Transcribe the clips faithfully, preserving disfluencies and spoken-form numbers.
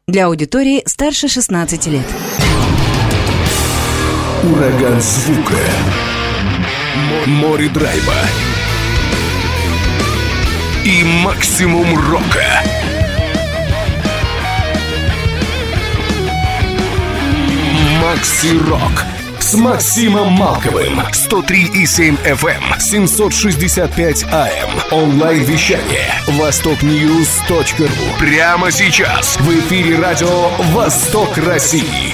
Для аудитории старше шестнадцати лет. Ураган звука. Море драйва. И максимум рока. Макси Рок с Максимом Малковым. сто три и семь эф эм, семьсот шестьдесят пять а эм. Онлайн-вещание восток ньюс точка ру. Прямо сейчас в эфире радио «Восток России».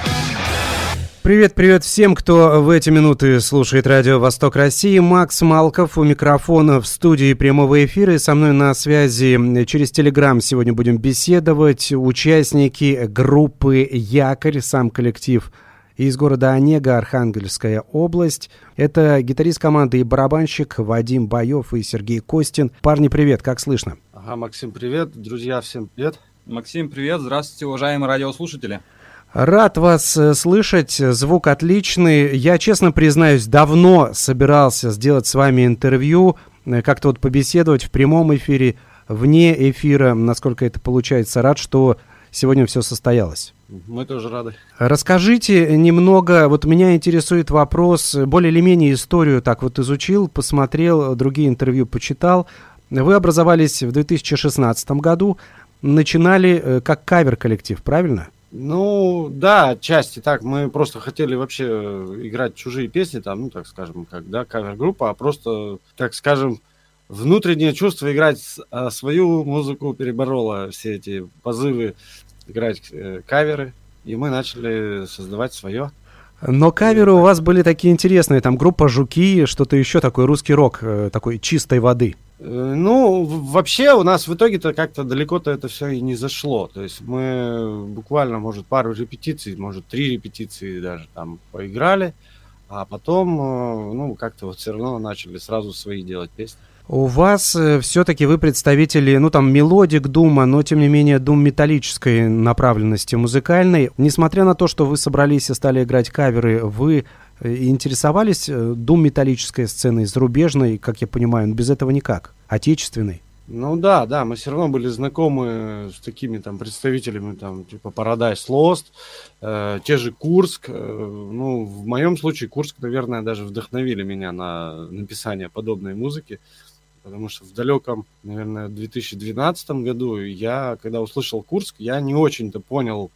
Привет-привет всем, кто в эти минуты слушает радио «Восток России». Макс Малков у микрофона в студии прямого эфира. И со мной на связи через Телеграм сегодня будем беседовать. Участники группы «Якорь», сам коллектив из города Онега, Архангельская область. Это гитарист команды и барабанщик Вадим Боев и Сергей Костин. Парни, привет, как слышно? Ага, Максим, привет. Друзья, всем привет. Максим, привет. Здравствуйте, уважаемые радиослушатели. Рад вас слышать, звук отличный. Я, честно признаюсь, давно собирался сделать с вами интервью, как-то вот побеседовать в прямом эфире, вне эфира, насколько это получается. Рад, что сегодня все состоялось. Мы тоже рады. Расскажите немного, вот меня интересует вопрос, более или менее историю так вот изучил, посмотрел, другие интервью почитал. Вы образовались в две тысячи шестнадцатом году, начинали как кавер-коллектив, правильно? Ну, да, отчасти так. Мы просто хотели вообще играть чужие песни, там, ну, так скажем, как, да, кавер-группа, а просто, так скажем, внутреннее чувство играть а свою музыку перебороло все эти позывы играть э, каверы, и мы начали создавать свое. Но каверы у вас были такие интересные, там группа «Жуки», что-то еще такое, русский рок, э, такой чистой воды. Ну, вообще у нас в итоге-то как-то далеко-то это все и не зашло. То есть мы буквально, может, пару репетиций, может, три репетиции даже там поиграли, а потом, ну, как-то вот все равно начали сразу свои делать песни. У вас э, все-таки вы представители, ну, там, мелодик дума, но, тем не менее, дум-металлической направленности музыкальной. Несмотря на то, что вы собрались и стали играть каверы, вы интересовались дум-металлической сценой, зарубежной, как я понимаю, но без этого никак, отечественной? Ну да, да, мы все равно были знакомы с такими там представителями, там, типа Paradise Lost, э, те же Курск. Э, ну, в моем случае Курск, наверное, даже вдохновили меня на написание подобной музыки, потому что в далеком, наверное, две тысячи двенадцатом году я, когда услышал Курск, я не очень-то понял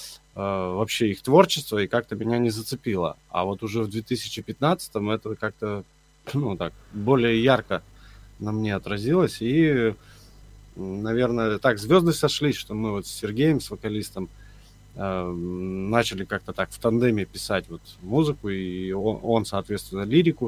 вообще их творчество, и как-то меня не зацепило. А вот уже в две тысячи пятнадцатом это как-то, ну так, более ярко на мне отразилось. И, наверное, так звезды сошлись, что мы вот с Сергеем, с вокалистом, э, начали как-то так в тандеме писать вот музыку, и он, он, соответственно, лирику.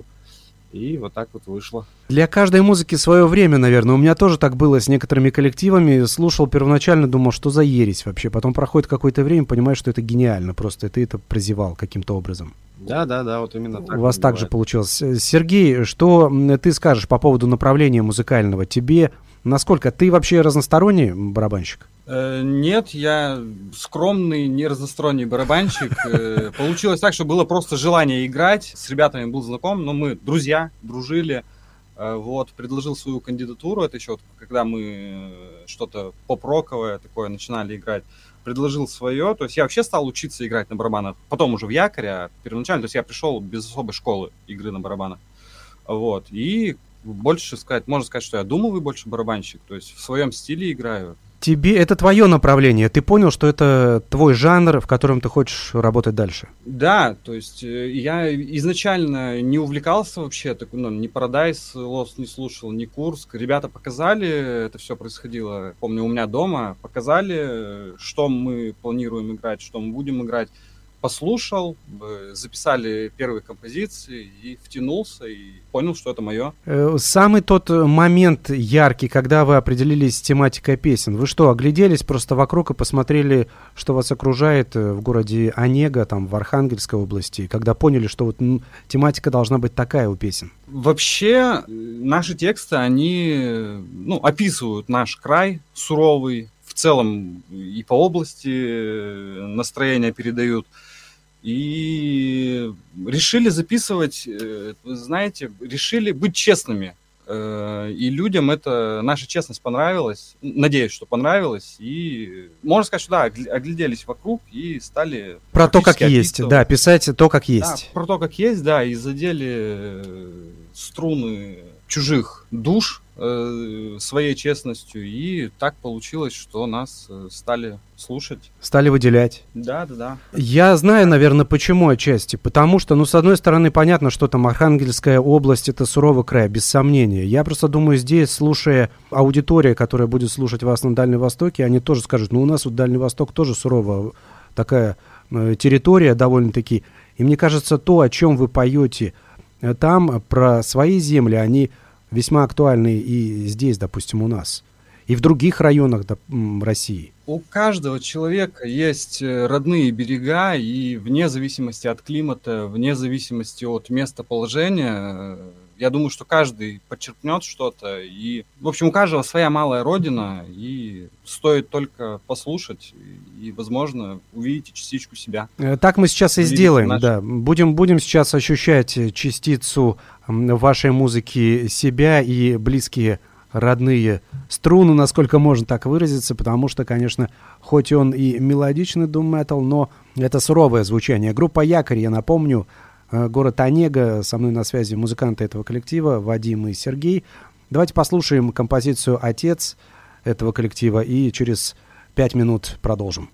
И вот так вот вышло. Для каждой музыки свое время, наверное. У меня тоже так было с некоторыми коллективами. Слушал первоначально, думал, что за ересь вообще. Потом проходит какое-то время, понимаешь, что это гениально. Просто ты это прозевал каким-то образом. Да, да, да, вот именно так. У вас так же получилось. Сергей, что ты скажешь по поводу направления музыкального? Тебе, насколько ты вообще разносторонний барабанщик? Э, нет, я скромный, не разносторонний барабанщик. Э, получилось так, что было просто желание играть. С ребятами был знаком, но мы друзья, дружили. Э, вот, предложил свою кандидатуру. Это еще вот, когда мы что-то поп-роковое такое начинали играть. Предложил свое. То есть я вообще стал учиться играть на барабанах. Потом уже в Якоре, а первоначально. То есть я пришел без особой школы игры на барабанах. Вот, и больше сказать, можно сказать, что я думовый больше барабанщик. То есть в своем стиле играю. Тебе это твое направление. Ты понял, что это твой жанр, в котором ты хочешь работать дальше? Да, то есть я изначально не увлекался вообще, так, ну, ни Paradise Lost не слушал, ни Курск. Ребята показали, это все происходило, помню, у меня дома, показали, что мы планируем играть, что мы будем играть. Послушал, записали первые композиции и втянулся, и понял, что это мое. Самый тот момент яркий, когда вы определились с тематикой песен. Вы что, огляделись просто вокруг и посмотрели, что вас окружает в городе Онега, там, в Архангельской области, когда поняли, что вот ну, тематика должна быть такая у песен? Вообще, наши тексты, они ну, описывают наш край суровый, в целом и по области настроение передают. И решили записывать, знаете, решили быть честными И людям это наша честность понравилась. Надеюсь, что понравилось. И можно сказать, что да, огляделись вокруг и стали... Про то, как есть, да, писать то, как есть. Да, про то, как есть, да, и задели струны чужих душ э, своей честностью, и так получилось, что нас э, стали слушать. Стали выделять. Да, да, да. Я знаю, наверное, почему отчасти. Потому что, ну, с одной стороны, понятно, что там Архангельская область — это суровый край, без сомнения. Я просто думаю, здесь, слушая аудитория, которая будет слушать вас на Дальнем Востоке, они тоже скажут, ну, у нас вот Дальний Восток тоже суровая такая э, территория довольно-таки. И мне кажется, то, о чем вы поете там, про свои земли, они весьма актуальны и здесь, допустим, у нас, и в других районах России. У каждого человека есть родные берега, и вне зависимости от климата, вне зависимости от местоположения, я думаю, что каждый подчеркнет что-то. И, в общем, у каждого своя малая родина, и стоит только послушать, и, возможно, увидите частичку себя. Так мы сейчас и Увидите сделаем, наш... да. Будем, будем сейчас ощущать частицу вашей музыки себя и близкие родные струны, насколько можно так выразиться, потому что, конечно, хоть он и мелодичный дум-метал, но это суровое звучание. Группа «Якорь», я напомню, город Онега, со мной на связи музыканты этого коллектива Вадим и Сергей. Давайте послушаем композицию «Отец» этого коллектива и через пять минут продолжим.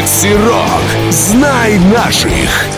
Макси Рок. Знай наших.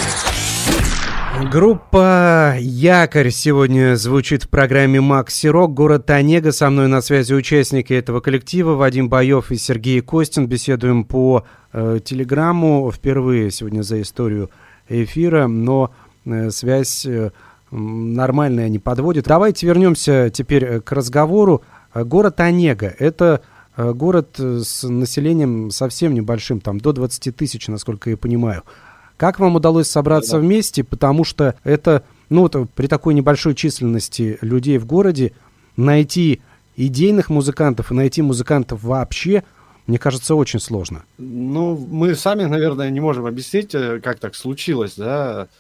Группа «Якорь» сегодня звучит в программе «Макси Рок». Город Онега. Со мной на связи участники этого коллектива Вадим Боев и Сергей Костин. Беседуем по э, телеграмму. Впервые сегодня за историю эфира, но э, связь э, нормальная не подводит. Давайте вернемся теперь к разговору. Город Онега – это э, город с населением совсем небольшим, там до двадцати тысяч, насколько я понимаю. Как вам удалось собраться да, да. вместе, потому что это, ну, вот, при такой небольшой численности людей в городе найти идейных музыкантов и найти музыкантов вообще, мне кажется, очень сложно. Ну, мы сами, наверное, не можем объяснить, как так случилось, да.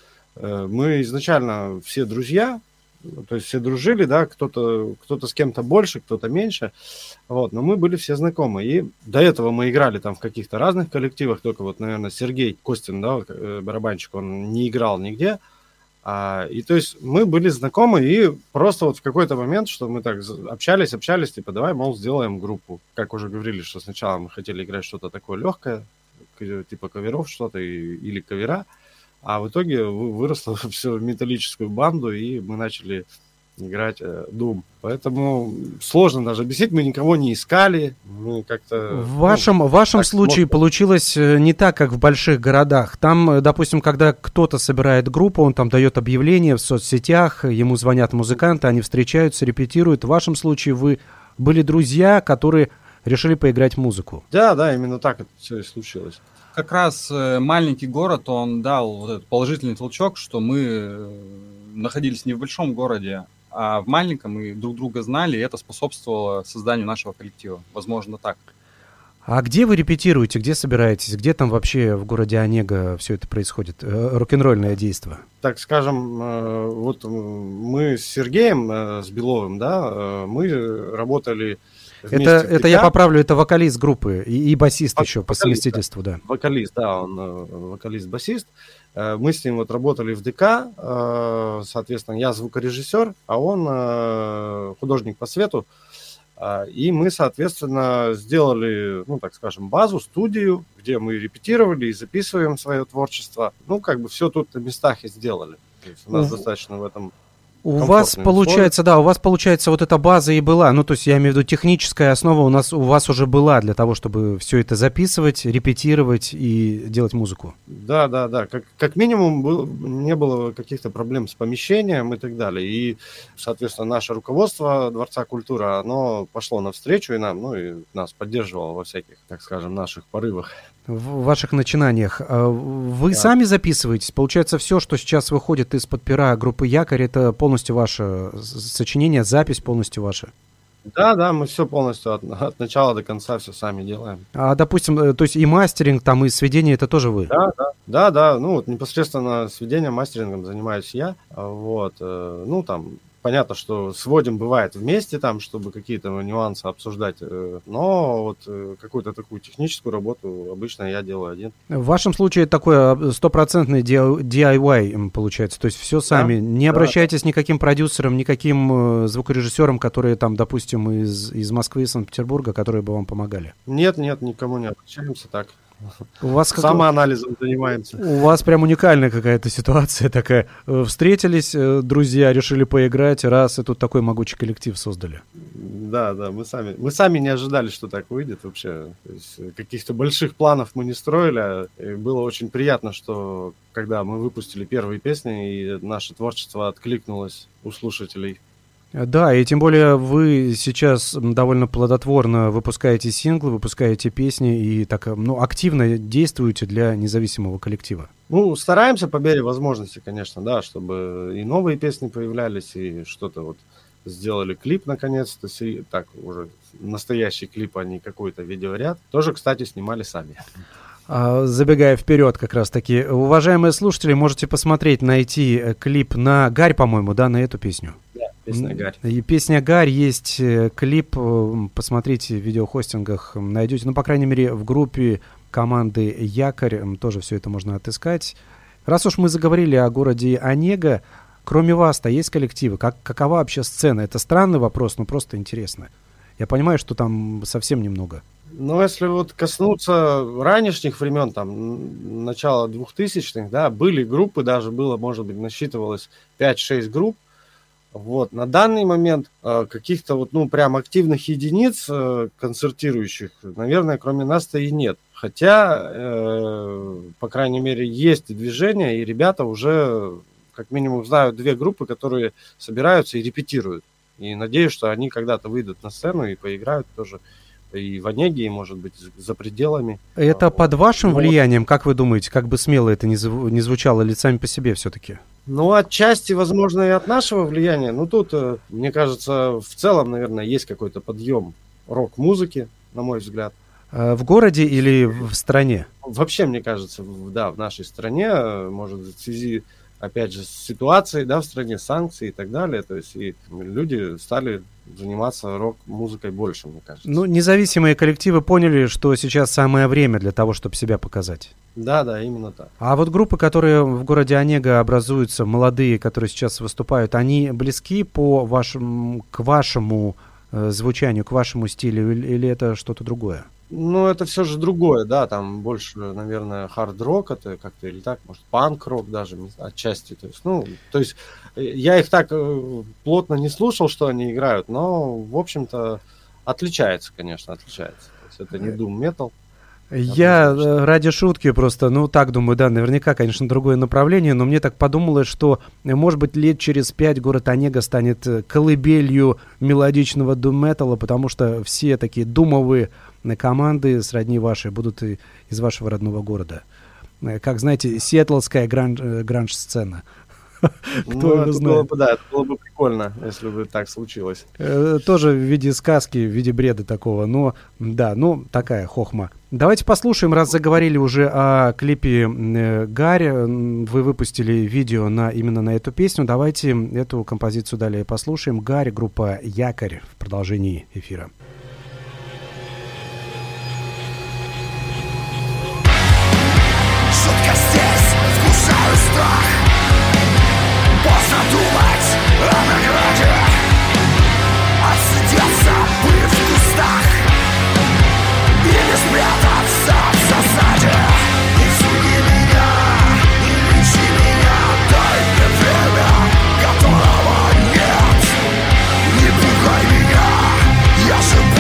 Мы изначально все друзья, то есть все дружили, да, кто-то, кто-то с кем-то больше, кто-то меньше, вот, но мы были все знакомы, и до этого мы играли там в каких-то разных коллективах, только вот, наверное, Сергей Костин, да, барабанщик, он не играл нигде, а, и то есть мы были знакомы, и просто вот в какой-то момент, что мы так общались, общались, типа, давай, мол, сделаем группу, как уже говорили, что сначала мы хотели играть что-то такое легкое, типа каверов что-то, или кавера. А в итоге выросло все в металлическую банду, и мы начали играть Doom. Поэтому сложно даже объяснить, мы никого не искали. Мы как-то, в вашем, ну, в вашем случае можно. Получилось не так, как в больших городах. Там, допустим, когда кто-то собирает группу, он там дает объявление в соцсетях, ему звонят музыканты, они встречаются, репетируют. В вашем случае вы были друзья, которые решили поиграть музыку. Да, да, именно так это все и случилось. Как раз маленький город, он дал вот этот положительный толчок, что мы находились не в большом городе, а в маленьком, и друг друга знали, и это способствовало созданию нашего коллектива. Возможно, так. А где вы репетируете, где собираетесь, где там вообще в городе Онега все это происходит, рок-н-ролльное действо? Так скажем, вот мы с Сергеем, с Беловым, да, мы работали... Это, это я поправлю, это вокалист группы и, и басист Вок- еще по совместительству, да. да. Вокалист, да, он вокалист-басист. Мы с ним вот работали в ДК, соответственно, я звукорежиссер, а он художник по свету. И мы, соответственно, сделали, ну, так скажем, базу, студию, где мы репетировали и записываем свое творчество. Ну, как бы все тут на местах и сделали. То есть у нас у... достаточно в этом... У вас получается, условия. Да, у вас получается вот эта база и была, ну то есть я имею в виду техническая основа у нас у вас уже была для того, чтобы все это записывать, репетировать и делать музыку. Да, да, да, как, как минимум был, не было каких-то проблем с помещением и так далее, и, соответственно, наше руководство Дворца культуры, оно пошло навстречу и нам, ну и нас поддерживало во всяких, так скажем, наших порывах. В ваших начинаниях. Вы да. сами записываетесь? Получается, все, что сейчас выходит из-под пера группы «Якорь», это полностью ваше сочинение, запись полностью ваша? Да, да, мы все полностью от, от начала до конца все сами делаем. А, допустим, то есть и мастеринг, там, и сведение, это тоже вы? Да, да, да, да, ну вот непосредственно сведением, мастерингом занимаюсь я, вот, ну там... Понятно, что сводим бывает вместе, там, чтобы какие-то нюансы обсуждать, но вот какую-то такую техническую работу обычно я делаю один. В вашем случае такой стопроцентный ди ай вай получается, то есть все сами, да, не обращайтесь да. никаким продюсерам, никаким звукорежиссерам, которые там, допустим, из, из Москвы и Санкт-Петербурга, которые бы вам помогали? Нет, нет, никому не обращаемся так. У вас как... Самоанализом занимаемся. У вас прям уникальная какая-то ситуация такая. Встретились друзья, решили поиграть, раз, и тут такой могучий коллектив создали. Да, да, мы сами, мы сами не ожидали, что так выйдет вообще. То есть каких-то больших планов мы не строили, а было очень приятно, что когда мы выпустили первые песни, и наше творчество откликнулось у слушателей. Да, и тем более вы сейчас довольно плодотворно выпускаете синглы, выпускаете песни и так, ну, активно действуете для независимого коллектива. Ну, стараемся по мере возможности, конечно, да, чтобы и новые песни появлялись, и что-то вот сделали клип наконец-то, так, уже настоящий клип, а не какой-то видеоряд. Тоже, кстати, снимали сами. Забегая вперед как раз-таки, уважаемые слушатели, можете посмотреть, найти клип на «Гарь», по-моему, да, на эту песню? Да, песня «Гарь». И песня «Гарь», есть клип, посмотрите в видеохостингах, найдете, ну, по крайней мере, в группе команды «Якорь» тоже все это можно отыскать. Раз уж мы заговорили о городе Онега, кроме вас-то есть коллективы? Как, какова вообще сцена? Это странный вопрос, но просто интересно. Я понимаю, что там совсем немного. Ну, если вот коснуться ранешних времен, там, начала двухтысячных, да, были группы, даже было, может быть, насчитывалось пять-шесть групп. Вот, на данный момент э, каких-то вот, ну, прям активных единиц э, концертирующих, наверное, кроме нас-то и нет. Хотя, э, по крайней мере, есть движение, и ребята уже, как минимум, знают две группы, которые собираются и репетируют. И надеюсь, что они когда-то выйдут на сцену и поиграют тоже и в Онеге, и, может быть, за пределами. Это под вашим ну, влиянием, как вы думаете, как бы смело это ни, зв- ни звучало, или сами по себе все-таки? Ну, отчасти, возможно, и от нашего влияния. Ну, тут, мне кажется, в целом, наверное, есть какой-то подъем рок-музыки, на мой взгляд. В городе или в стране? Вообще, мне кажется, да, в нашей стране, может, в связи, опять же, с ситуацией, да, в стране, санкции и так далее. То есть и люди стали заниматься рок-музыкой больше, мне кажется. Ну, независимые коллективы поняли, что сейчас самое время для того, чтобы себя показать. Да, да, именно так. А вот группы, которые в городе Онега образуются, молодые, которые сейчас выступают, они близки по вашему, к вашему э, звучанию, к вашему стилю, или, или это что-то другое? Ну, это все же другое, да, там больше, наверное, хард-рок, это как-то или так, может, панк-рок даже, отчасти, то есть, ну, то есть, я их так э, плотно не слушал, что они играют, но, в общем-то, отличается, конечно, отличается, то есть, это не doom-метал. Я ради шутки просто, ну так думаю, да, наверняка, конечно, другое направление, но мне так подумалось, что, может быть, лет через пять город Онега станет колыбелью мелодичного дум-металла, потому что все такие думовые команды сродни вашей будут и из вашего родного города. Как, знаете, сиэтлская гранж, гранж-сцена. Кто ну, его это знает. было бы, да, это было бы прикольно, если бы так случилось. Э, тоже в виде сказки, в виде бреда такого, но да, ну такая хохма. Давайте послушаем, раз заговорили уже о клипе э, «Гарь», вы выпустили видео на, именно на эту песню, давайте эту композицию далее послушаем. «Гарь», группа «Якорь» в продолжении эфира. Шутка здесь, вкушаю страх. Поздно думать о награде, отсидеться пыль в кустах или спрятаться в засаде. Не суди меня, не лечи меня, дай мне время, которого нет. Не пугай меня, я же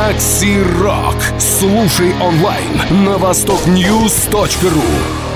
Макси Рок. Слушай онлайн на восток ньюс точка ру.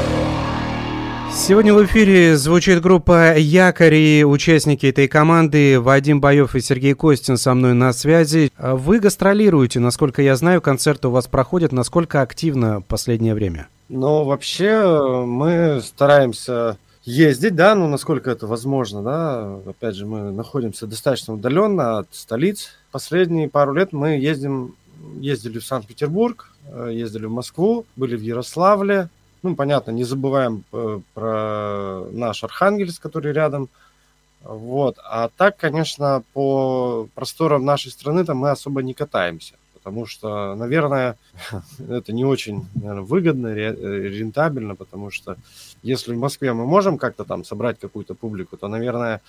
Сегодня в эфире звучит группа «Якорь», и участники этой команды Вадим Боев и Сергей Костин со мной на связи. Вы гастролируете, насколько я знаю, концерты у вас проходят. Насколько активно в последнее время? Ну, вообще, мы стараемся ездить, да, ну, насколько это возможно, да. Опять же, мы находимся достаточно удаленно от столиц. Последние пару лет мы ездим, ездили в Санкт-Петербург, ездили в Москву, были в Ярославле. Ну, понятно, не забываем э, про наш Архангельск, который рядом. Вот. А так, конечно, по просторам нашей страны там мы особо не катаемся. Потому что, наверное, это не очень, наверное, выгодно, рентабельно. Потому что если в Москве мы можем как-то там собрать какую-то публику, то, наверное,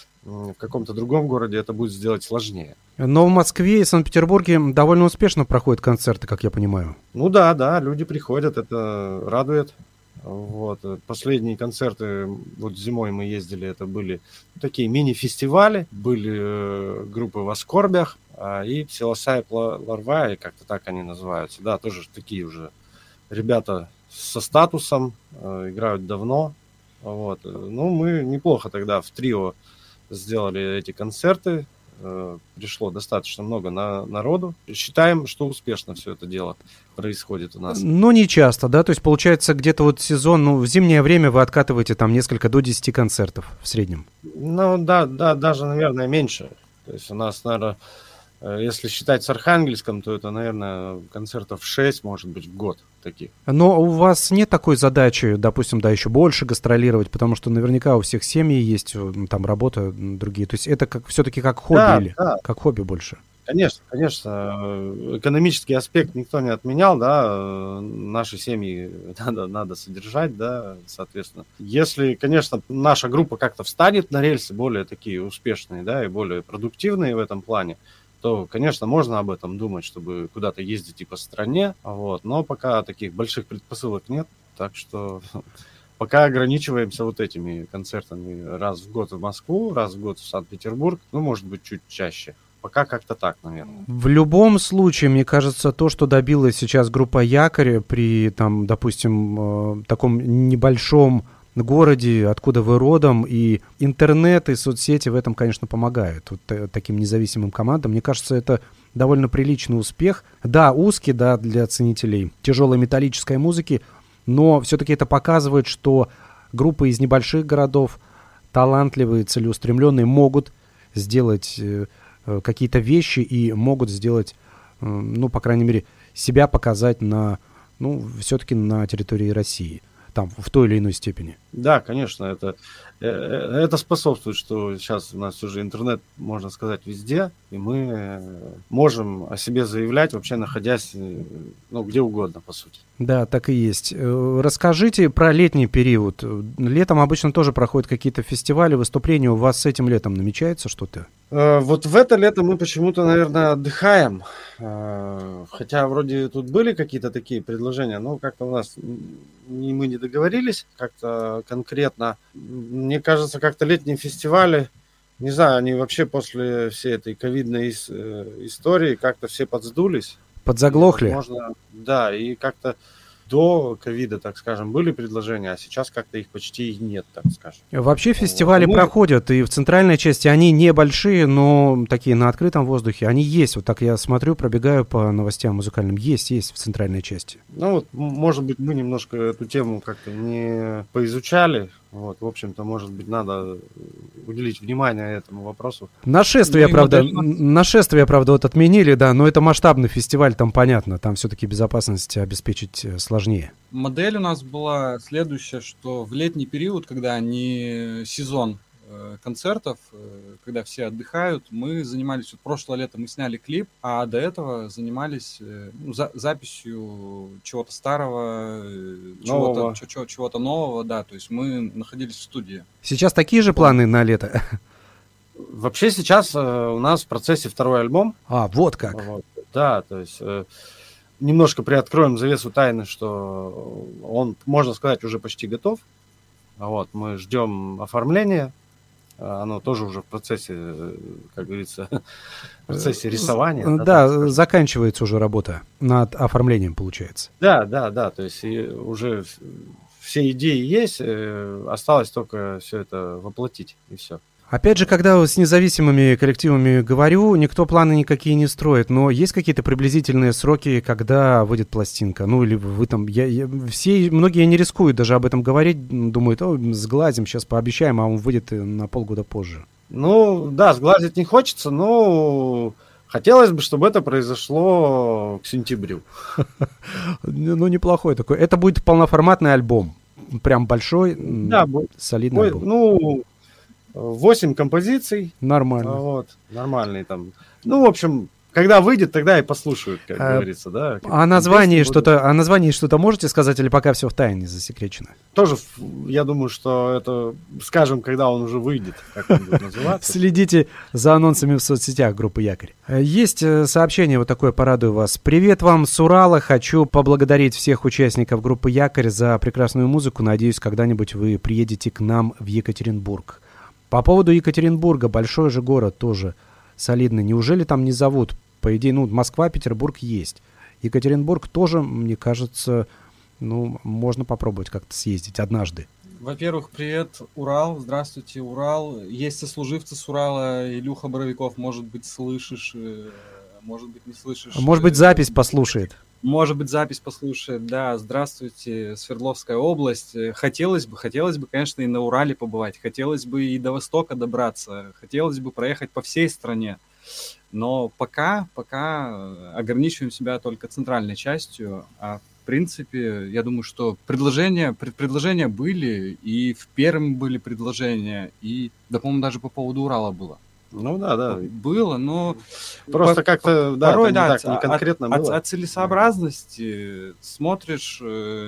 в каком-то другом городе это будет сделать сложнее. Но в Москве и Санкт-Петербурге довольно успешно проходят концерты, как я понимаю. Ну да, да, люди приходят, это радует. Вот. Последние концерты, вот зимой мы ездили, это были такие мини-фестивали, были э, группы в Оскорбях а, и Псилосай Ларвай, как-то так они называются. Да, тоже такие уже ребята со статусом, э, играют давно. Вот. Ну, мы неплохо тогда в трио сделали эти концерты, э, пришло достаточно много на, народу. Считаем, что успешно все это дело происходит у нас. Ну, не часто, да? То есть, получается, где-то вот сезон, ну, в зимнее время вы откатываете там несколько до десяти концертов в среднем. Ну, да, да, даже, наверное, меньше. То есть у нас, наверное, если считать с Архангельском, то это, наверное, концертов шесть, может быть, в год таких. Но у вас нет такой задачи, допустим, да, еще больше гастролировать, потому что наверняка у всех семьи есть, там, работа, другие. То есть это как, все-таки как хобби, да, или да. Как хобби больше? Конечно, конечно. Экономический аспект никто не отменял, да. Наши семьи надо, надо содержать, да, соответственно. Если, конечно, наша группа как-то встанет на рельсы более такие успешные, да, и более продуктивные в этом плане, то, конечно, можно об этом думать, чтобы куда-то ездить и по стране, вот, но пока таких больших предпосылок нет, так что пока ограничиваемся вот этими концертами раз в год в Москву, раз в год в Санкт-Петербург, ну, может быть, чуть чаще. Пока как-то так, наверное. В любом случае, мне кажется, то, что добилась сейчас группа «Якорь» при, там, допустим, таком небольшом городе, откуда вы родом, и интернет, и соцсети в этом, конечно, помогают вот таким независимым командам. Мне кажется, это довольно приличный успех. Да, узкий, да, для ценителей тяжелой металлической музыки, но все-таки это показывает, что группы из небольших городов, талантливые, целеустремленные, могут сделать какие-то вещи и могут сделать, ну, по крайней мере, себя показать на, ну, все-таки на территории России. Там, в той или иной степени. Да, конечно, это, это способствует, что сейчас у нас уже интернет, можно сказать, везде, и мы можем о себе заявлять, вообще находясь, ну, где угодно, по сути. Да, так и есть. Расскажите про летний период. Летом обычно тоже проходят какие-то фестивали, выступления. У вас с этим летом намечается что-то? Вот в это лето мы почему-то, наверное, отдыхаем. Хотя вроде тут были какие-то такие предложения, но как-то у нас мы не договорились как-то конкретно. Мне кажется, как-то летние фестивали, не знаю, они вообще после всей этой ковидной истории как-то все подсдулись. Подзаглохли? Возможно, да, и как-то до ковида, так скажем, были предложения, а сейчас как-то их почти и нет, так скажем. Вообще фестивали вот. проходят, и в центральной части они небольшие, но такие на открытом воздухе, они есть. Вот так я смотрю, пробегаю по новостям музыкальным, есть, есть в центральной части. Ну вот, может быть, мы немножко эту тему как-то не поизучали. Вот, в общем-то, может быть, надо уделить внимание этому вопросу. Нашествие, ну, правда, модель... нашествие, правда, вот отменили, да, но это масштабный фестиваль, там понятно, там все-таки безопасность обеспечить сложнее. Модель у нас была следующая, что в летний период, когда не сезон э, концертов, э, когда все отдыхают, мы занимались, вот прошлое лето мы сняли клип, а до этого занимались э, ну, за, записью чего-то старого, э, чего-то, чего- чего-то нового, да, то есть мы находились в студии. Сейчас такие же планы на лето? Вообще сейчас э, у нас в процессе второй альбом. А, вот как. Вот, да, то есть... Э, Немножко приоткроем завесу тайны, что он, можно сказать, уже почти готов. Вот, мы ждем оформления. оно тоже уже в процессе, как говорится, в процессе рисования. Да, да, заканчивается уже работа над оформлением, получается. Да, да, да, то есть уже все идеи есть, осталось только все это воплотить, и все. Опять же, когда с независимыми коллективами говорю, никто планы никакие не строит, но есть какие-то приблизительные сроки, когда выйдет пластинка? Ну, или вы там... Я, я, все, многие не рискуют даже об этом говорить, думают, о, сглазим, сейчас пообещаем, а он выйдет на полгода позже. Ну, да, сглазить не хочется, но хотелось бы, чтобы это произошло к сентябрю. Ну, неплохой такой. Это будет полноформатный альбом, прям большой, солидный альбом. Ну... Восемь композиций. Нормально. Вот, нормальный там. Ну, в общем, когда выйдет, тогда и послушают, как а, говорится, да. О названии что-то, о названии что-то можете сказать или пока все в тайне засекречено? Тоже, я думаю, что это скажем, когда он уже выйдет, как он будет называться. Следите за анонсами в соцсетях группы «Якорь». Есть сообщение вот такое, порадую вас. Привет вам с Урала. Хочу поблагодарить всех участников группы «Якорь» за прекрасную музыку. Надеюсь, когда-нибудь вы приедете к нам в Екатеринбург. По поводу Екатеринбурга, большой же город тоже солидный. Неужели там не зовут? По идее, ну, Москва, Петербург есть. Екатеринбург тоже, мне кажется, ну, можно попробовать как-то съездить однажды. Во-первых, привет, Урал. Здравствуйте, Урал. Есть сослуживцы с Урала. Илюха Боровиков, может быть, слышишь, может быть, не слышишь. Может быть, запись послушает. Может быть, запись послушает, да. Здравствуйте, Свердловская область. Хотелось бы, хотелось бы, конечно, и на Урале побывать. Хотелось бы и до Востока добраться. Хотелось бы проехать по всей стране. Но пока, пока ограничиваем себя только центральной частью. А в принципе, я думаю, что предложения, предложения были, и в Перми были предложения, и, да, по-моему, даже по поводу Урала было. Ну да, да. Было, но... Просто по, как-то, да, порой, не да, так, не конкретно от, было. От, от целесообразности смотришь,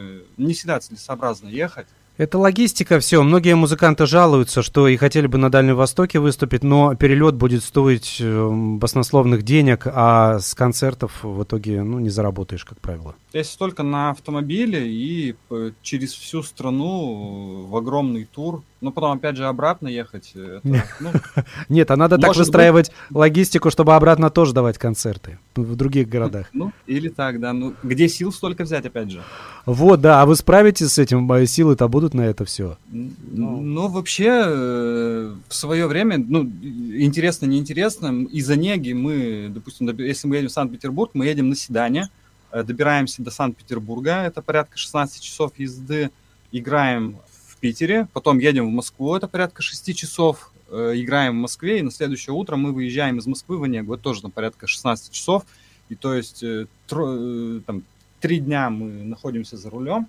не всегда целесообразно ехать. Это логистика, все. Многие музыканты жалуются, что и хотели бы на Дальнем Востоке выступить, но перелет будет стоить баснословных денег, а с концертов в итоге, ну, не заработаешь, как правило. Если только на автомобиле и через всю страну в огромный тур, но потом опять же обратно ехать. Это, ну, нет, а надо так выстраивать логистику, чтобы обратно тоже давать концерты в других городах. Ну, или так, да. Ну, где сил столько взять, опять же. Вот, да. А вы справитесь с этим? Силы-то будут на это все? Ну, ну вообще, э, в свое время, ну, интересно, неинтересно, из Онеги мы, допустим, если мы едем в Санкт-Петербург, мы едем на седане, добираемся до Санкт-Петербурга, это порядка шестнадцать часов езды, играем в Питере, потом едем в Москву, это порядка шесть часов, э, играем в Москве, и на следующее утро мы выезжаем из Москвы в Онегу, это тоже на порядка шестнадцать часов, и то есть э, тро, э, там, три дня мы находимся за рулем,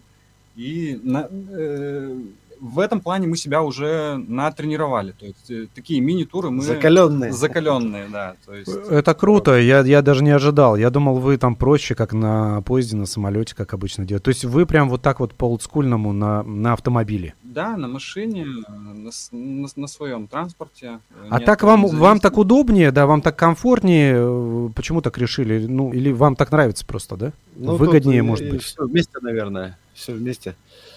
и на, э, в этом плане мы себя уже натренировали. То есть э, такие мини-туры мы... Закаленные. Закаленные, да. То есть... Это круто, я, я даже не ожидал. Я думал, вы там проще, как на поезде, на самолете, как обычно делают. То есть вы прям вот так вот по олдскульному на, на автомобиле? Да, на машине, на, на, на своем транспорте. А так вам, вам так удобнее, да, вам так комфортнее? Почему так решили? Ну, или вам так нравится просто, да? Ну, выгоднее, может быть? Все вместе, наверное. Все вместе.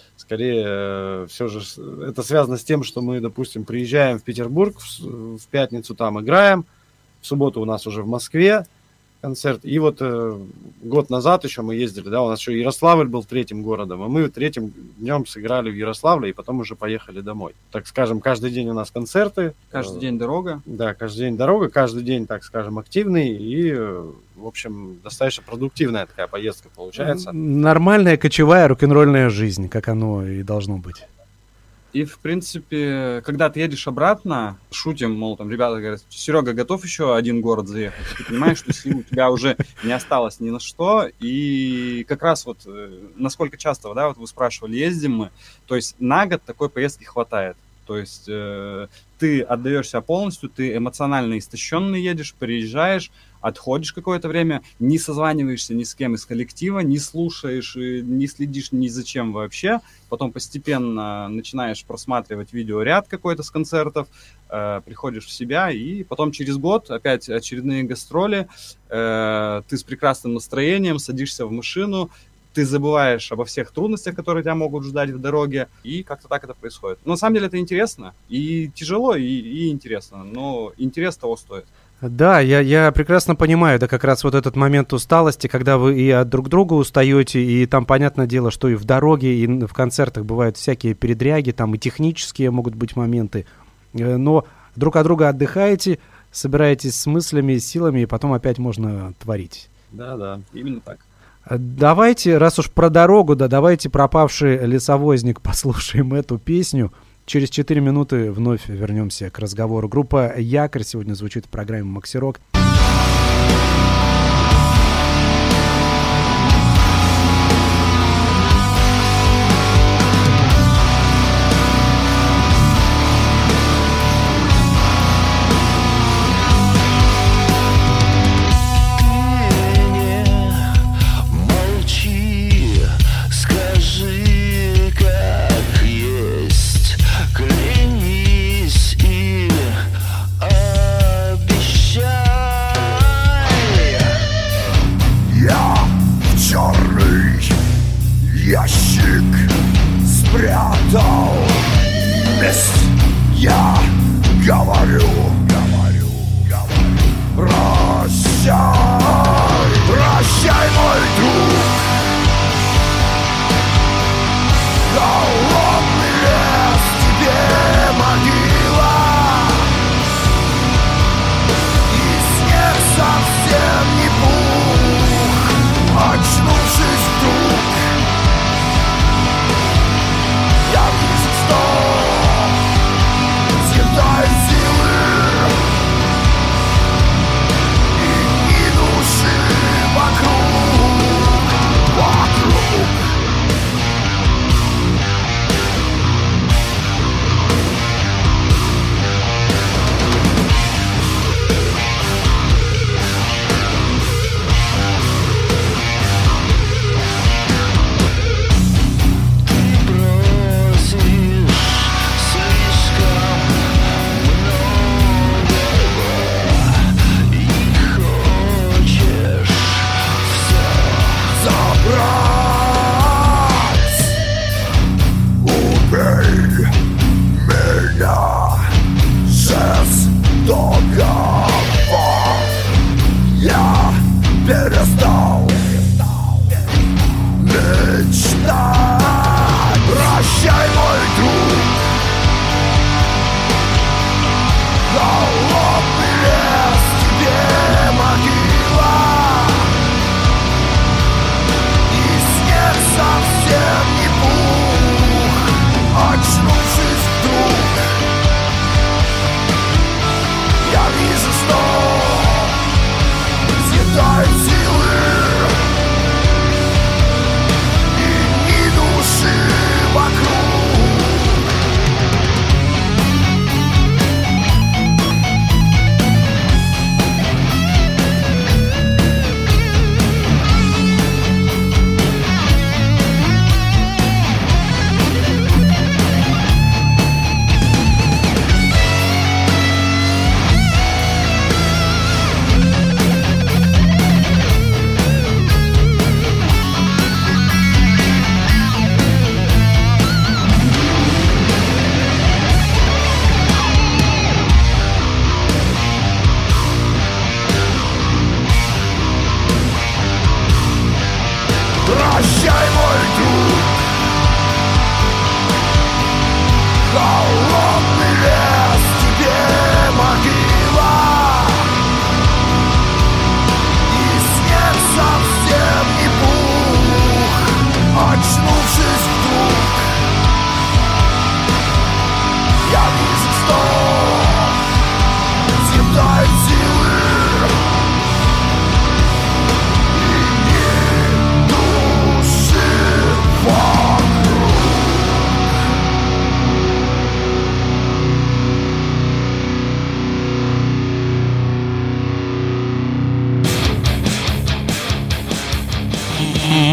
Скорее, все же это связано с тем, что мы, допустим, приезжаем в Петербург, в, в пятницу там играем, в субботу у нас уже в Москве концерт. И вот э, год назад еще мы ездили, да, у нас еще Ярославль был третьим городом, а мы третьим днем сыграли в Ярославле и потом уже поехали домой. Так скажем, каждый день у нас концерты. Каждый э, день дорога. Да, каждый день дорога, каждый день, так скажем, активный и, э, в общем, достаточно продуктивная такая поездка получается. Нормальная кочевая рок-н-ролльная жизнь, как оно и должно быть. И, в принципе, когда ты едешь обратно, шутим, мол, там, ребята говорят, Серега, готов еще один город заехать? Ты понимаешь, что сил у тебя уже не осталось ни на что. И как раз вот, насколько часто, да, вот вы спрашивали, ездим мы, то есть на год такой поездки хватает. То есть э, ты отдаешь себя полностью, ты эмоционально истощенный едешь, приезжаешь, отходишь какое-то время, не созваниваешься ни с кем из коллектива, не слушаешь, не следишь ни за чем вообще. Потом постепенно начинаешь просматривать видеоряд какой-то с концертов, э, приходишь в себя, и потом через год опять очередные гастроли, э, ты с прекрасным настроением садишься в машину, ты забываешь обо всех трудностях, которые тебя могут ждать в дороге, и как-то так это происходит. Но на самом деле это интересно, и тяжело, и, и интересно, но интерес того стоит. Да, я, я прекрасно понимаю, да, как раз вот этот момент усталости, когда вы и от друг друга устаете, и там, понятное дело, что и в дороге, и в концертах бывают всякие передряги, там и технические могут быть моменты, но друг от друга отдыхаете, собираетесь с мыслями, силами, и потом опять можно творить. Да-да, именно так. Давайте, раз уж про дорогу, да, давайте «Пропавший лесовозник» послушаем эту песню. Через четыре минуты вновь вернемся к разговору. Группа «Якорь» сегодня звучит в программе «Макси Рок». Клянись и обещай.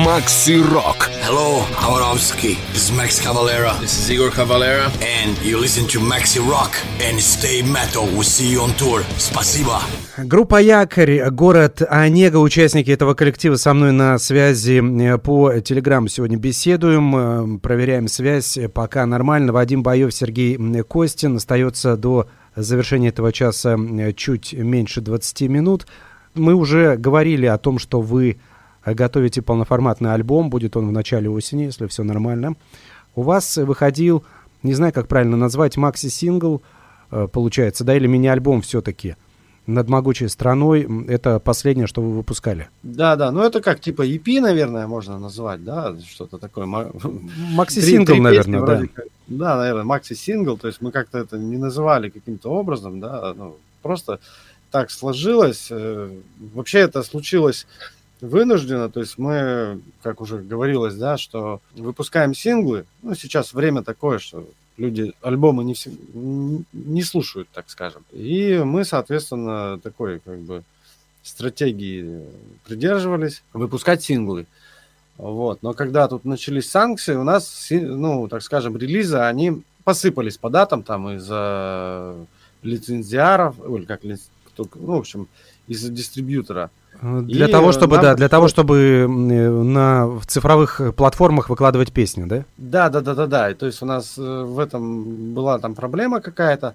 Макси Рок. Hello, Havarovsky. This is Max Cavalera. This is Igor Cavalera. And you listen to Maxi Rock and Stay Metal. We'll see you on tour. Спасибо. Группа «Якорь», город Онега, участники этого коллектива со мной на связи по телеграмму сегодня беседуем, проверяем связь, пока нормально. Вадим Боев, Сергей Костин. Остается до завершения этого часа чуть меньше двадцати минут. Мы уже говорили о том, что вы готовите полноформатный альбом, будет он в начале осени, если все нормально. У вас выходил, не знаю, как правильно назвать, макси-сингл, получается, да, или мини-альбом все-таки, «Над могучей страной». Это последнее, что вы выпускали. Да, да, ну это как типа и пи, наверное, можно назвать, да, что-то такое. Макси-сингл, наверное, да. Как, да, наверное, макси-сингл, то есть мы как-то это не называли каким-то образом, да, ну, просто так сложилось. Вообще это случилось вынужденно, то есть мы, как уже говорилось, да, что выпускаем синглы, ну, сейчас время такое, что люди альбомы не, все, не слушают, так скажем. И мы, соответственно, такой, как бы, стратегии придерживались, выпускать синглы. Вот. Но когда тут начались санкции, у нас, ну, так скажем, релизы, они посыпались по датам, там, из-за лицензиаров, или как, ну, в общем, из-за дистрибьютора. Для и того, чтобы, да, для того, чтобы на цифровых платформах выкладывать песни, да? Да, да, да, да, да. То есть у нас в этом была там проблема какая-то.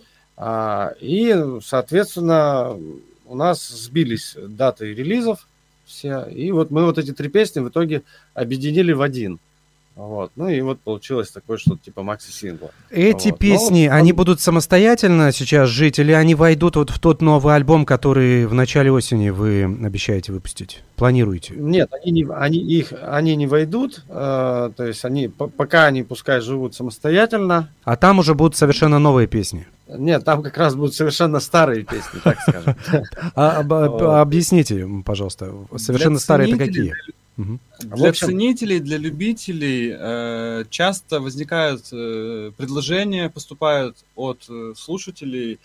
И, соответственно, у нас сбились даты релизов все. И вот мы вот эти три песни в итоге объединили в один. Вот. Ну и вот получилось такое что-то типа макси-сингла. Эти вот. песни, Но, они он... будут самостоятельно сейчас жить, или они войдут вот в тот новый альбом, который в начале осени вы обещаете выпустить? Планируете? Нет, они не, они, их, они не войдут, э, то есть они, пока они пускай живут самостоятельно. А там уже будут совершенно новые песни? Нет, там как раз будут совершенно старые песни, так скажем. Объясните, пожалуйста, совершенно старые это какие? Угу. Для общем... ценителей, для любителей э, часто возникают э, предложения, поступают от э, слушателей.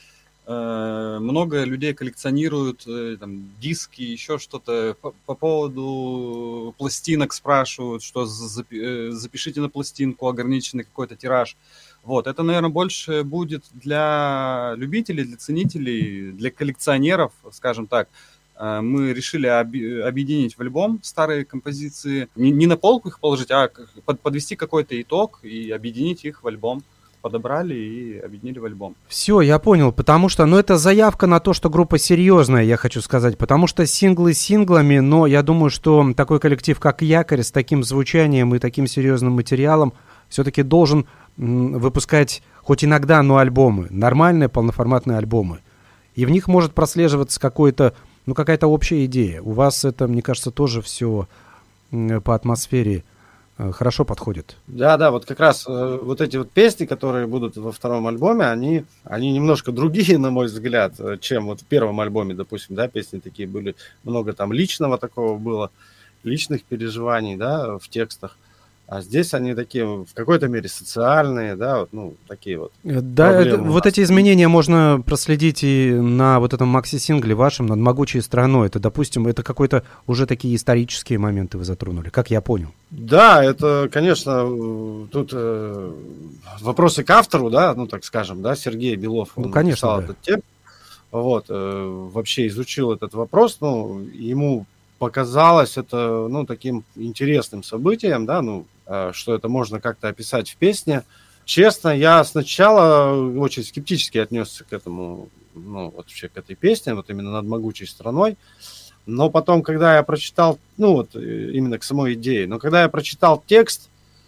Э, много людей коллекционируют э, там, диски, еще что-то. По, по поводу пластинок спрашивают, что запи- э, запишите на пластинку ограниченный какой-то тираж. Вот, это, наверное, больше будет для любителей, для ценителей, для коллекционеров, скажем так. Мы решили оби- объединить в альбом старые композиции, не, не на полку их положить, а под, подвести какой-то итог и объединить их в альбом. Подобрали и объединили в альбом. Все, я понял, потому что, ну, это заявка на то, что группа серьезная, я хочу сказать, потому что синглы синглами, но я думаю, что такой коллектив, как «Якорь», с таким звучанием и таким серьезным материалом все-таки должен м- выпускать хоть иногда, но альбомы, нормальные полноформатные альбомы. И в них может прослеживаться какой-то Ну, какая-то общая идея. У вас это, мне кажется, тоже все по атмосфере хорошо подходит. Да, да, вот как раз э, вот эти вот песни, которые будут во втором альбоме, они, они немножко другие, на мой взгляд, чем вот в первом альбоме, допустим, да, песни такие были, много там личного такого было, личных переживаний, да, в текстах. А здесь они такие, в какой-то мере, социальные, да, вот, ну, такие вот. Да, это, вот эти изменения можно проследить и на вот этом макси-сингле вашем, «Над могучей страной». Это, допустим, это какой-то уже такие исторические моменты вы затронули, как я понял. Да, это, конечно, тут э, вопросы к автору, да, ну, так скажем, да, Сергей Белов, он ну, конечно, написал да. этот текст, вот, э, вообще изучил этот вопрос, ну, ему показалось это, ну, таким интересным событием, да, ну, что это можно как-то описать в песне. Честно, я сначала очень скептически отнесся к этому, ну, вообще к этой песне, вот именно «Над могучей страной». Но потом, когда я прочитал, ну, вот именно к самой идее, но когда я прочитал текст,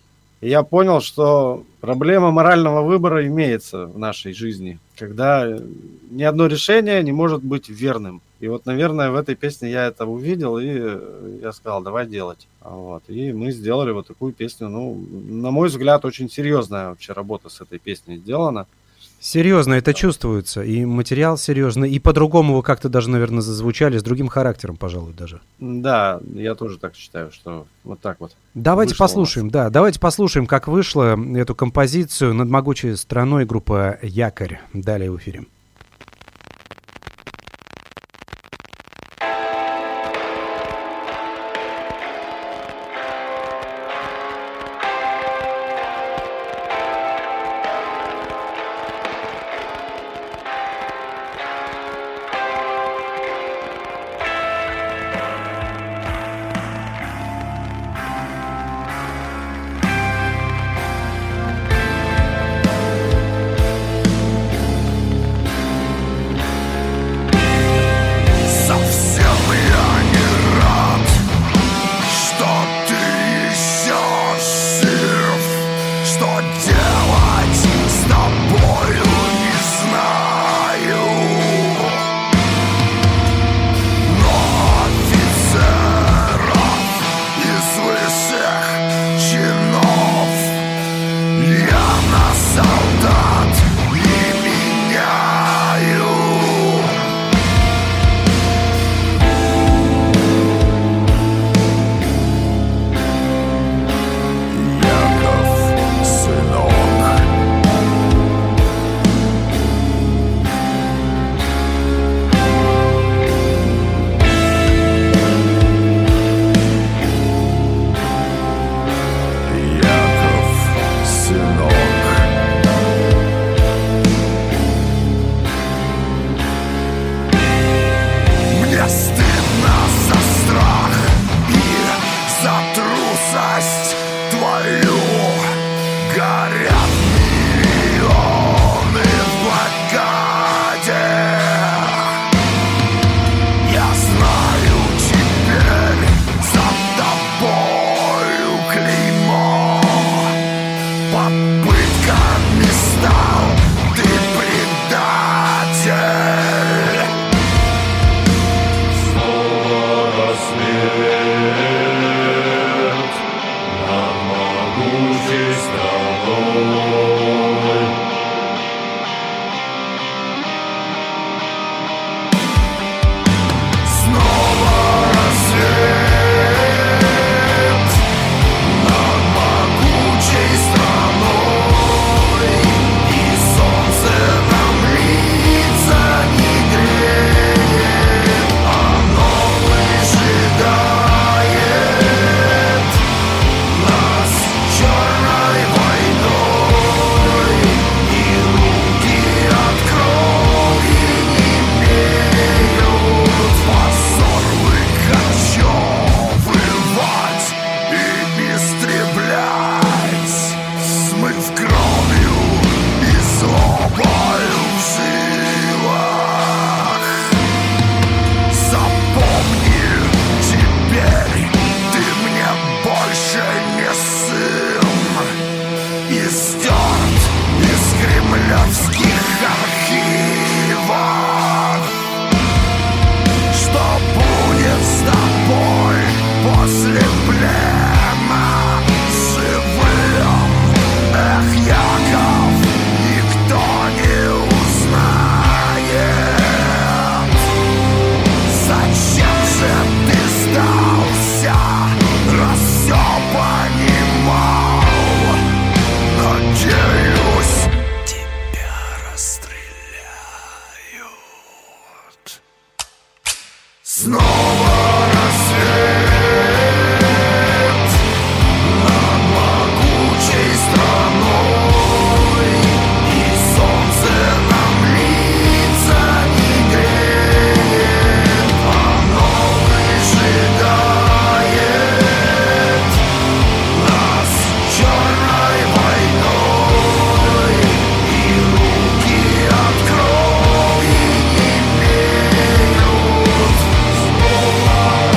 я понял, что проблема морального выбора имеется в нашей жизни, когда ни одно решение не может быть верным. И вот, наверное, в этой песне я это увидел, и я сказал, давай делать. Вот. И мы сделали вот такую песню. Ну, на мой взгляд, очень серьезная вообще работа с этой песней сделана. Серьезно, это чувствуется. И материал серьезный, и по-другому вы как-то даже, наверное, зазвучали, с другим характером, пожалуй, даже. Да, я тоже так считаю, что вот так вот. Давайте послушаем, да, давайте послушаем, как вышло эту композицию «Над могучей страной» группа «Якорь». Далее в эфире. Снова рассвет над могучей страной, и солнце нам лица не греет, оно выжигает нас черной войной, и руки от крови не имеют. Снова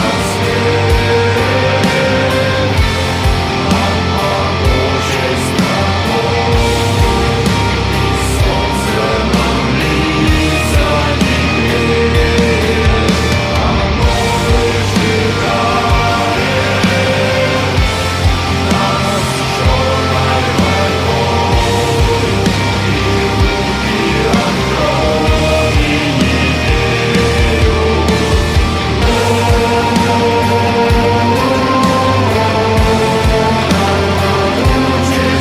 рассвет над могучей страной, и солнце нам лица не греет, оно выжигает нас черной войной, и руки от крови не имеют. Могучей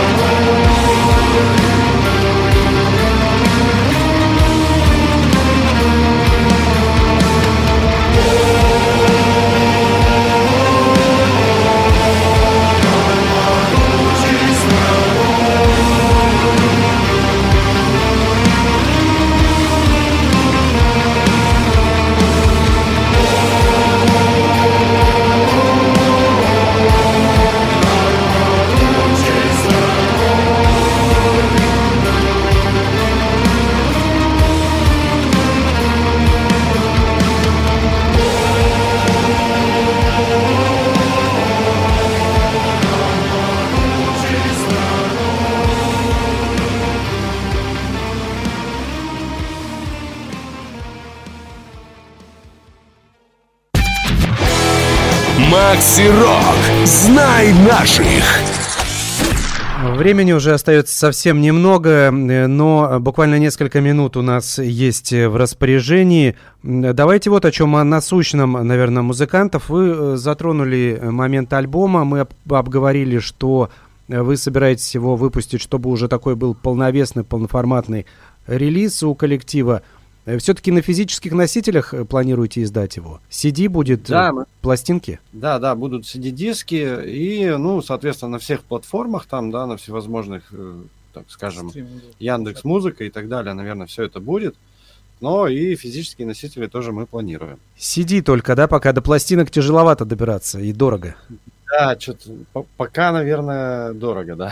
Макси Рок. Знай наших. Времени уже остается совсем немного, но буквально несколько минут у нас есть в распоряжении. Давайте вот о чем, о насущном, наверное, музыкантов. Вы затронули момент альбома, мы об- обговорили, что вы собираетесь его выпустить, чтобы уже такой был полновесный, полноформатный релиз у коллектива. Все-таки на физических носителях планируете издать его? си ди будет, Да, мы- пластинки? Да, да, будут си ди-диски и, ну, соответственно, на всех платформах там, да, на всевозможных, э, так скажем, Яндекс.Музыка и так далее, наверное, все это будет. Но и физические носители тоже мы планируем. си ди только, да, пока до пластинок тяжеловато добираться и дорого. Да, что-то пока, наверное, дорого, да.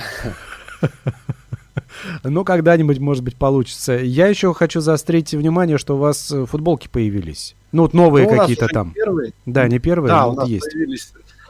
Ну, когда-нибудь, может быть, получится. Я еще хочу заострить внимание, что у вас э, футболки появились. Ну, вот новые Ну, у нас какие-то уже там. не первые. Да, не первые, Да, но у вот нас есть. появились.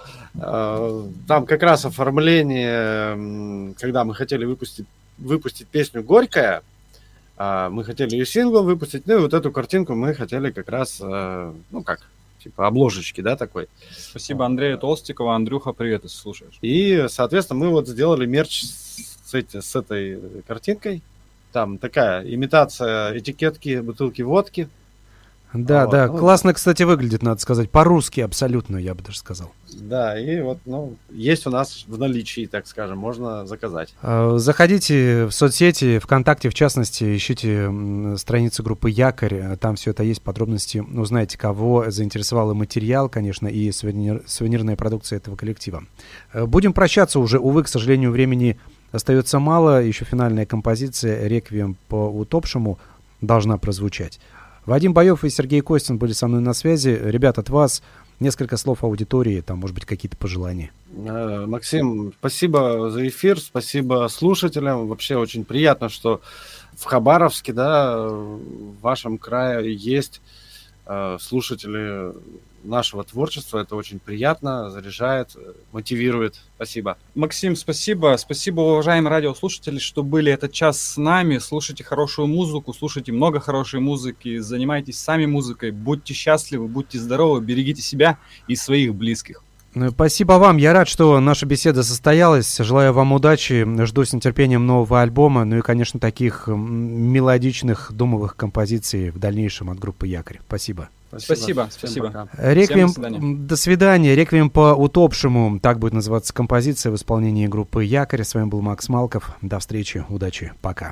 э, Там как раз оформление, м, когда мы хотели выпустить, выпустить песню «Горькая», а, мы хотели ее синглом выпустить, ну и вот эту картинку мы хотели как раз, э, ну как, типа обложечки, да, такой. Спасибо Андрею Толстикову. Андрюха, привет, если слушаешь. И, соответственно, мы вот сделали мерч с, эти, с этой картинкой. Там такая имитация этикетки бутылки водки. Да, Вот, да, ну, классно, кстати, выглядит, надо сказать. По-русски абсолютно, я бы даже сказал. Да, и вот, ну, есть у нас в наличии, так скажем, можно заказать. Э, Заходите в соцсети, ВКонтакте, в частности, ищите м, страницу группы «Якорь», там все это есть, подробности узнаете, кого заинтересовал и материал, конечно, и сувенир, сувенирная продукция этого коллектива. Э, Будем прощаться уже, увы, к сожалению, времени остается мало, еще финальная композиция «Реквием по утопшему» должна прозвучать. Вадим Боев и Сергей Костин были со мной на связи. Ребят, от вас несколько слов аудитории, там, может быть, какие-то пожелания. Э, Максим, спасибо за эфир, спасибо слушателям. Вообще очень приятно, что в Хабаровске, да, в вашем крае есть э, слушатели нашего творчества. Это очень приятно, заряжает, мотивирует. Спасибо. Максим, спасибо. Спасибо, уважаемые радиослушатели, что были этот час с нами. Слушайте хорошую музыку, слушайте много хорошей музыки, занимайтесь сами музыкой, будьте счастливы, будьте здоровы, берегите себя и своих близких. Ну, спасибо вам. Я рад, что наша беседа состоялась. Желаю вам удачи. Жду с нетерпением нового альбома. Ну и, конечно, таких м, мелодичных, думовых композиций в дальнейшем от группы «Якорь». Спасибо. Спасибо, Всем спасибо. пока. Реквием, до свидания. м, до свидания. Реквием по утопшему. Так будет называться композиция в исполнении группы «Якорь». С вами был Макс Малков. До встречи. Удачи. Пока.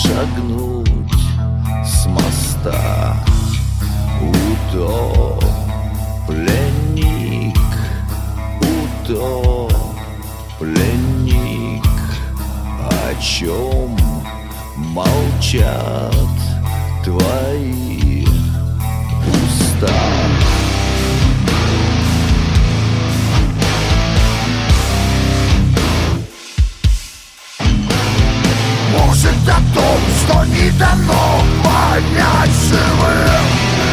шагнуть с моста. Утопленник, утопленник, о чем молчат твои уста. Может, о том, что не дано понять живым,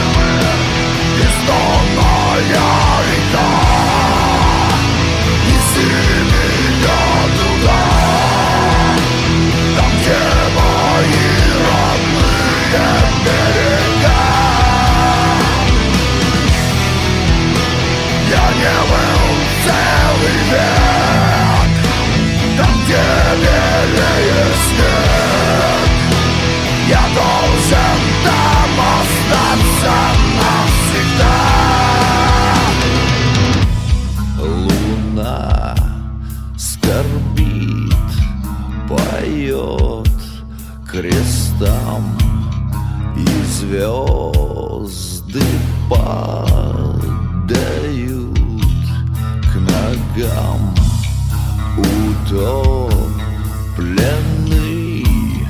бездонная река, неси меня туда, там, где мои родные берега. Я не был целый век, там, где белее снег. Я должен там остаться навсегда. Луна скорбит, поет крестам, и звезды падают к ногам. Утопленный,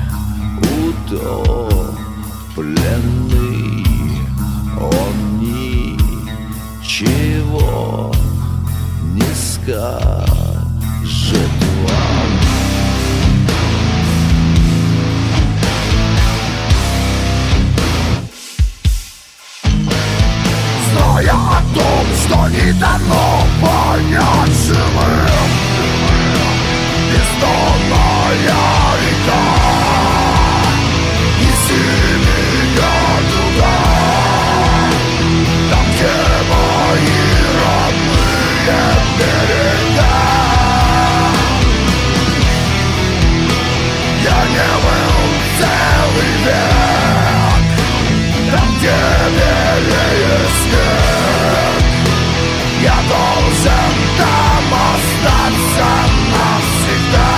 утопленный, он ничего не скажет вам. Зная о том, что не дано понять живым, бездонная река, неси меня туда, там, где мои родные берега. Я не был целый век, там, где белее снег. Я должен там остаться навсегда.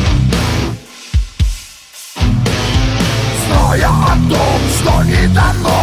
Зная о том, что не дано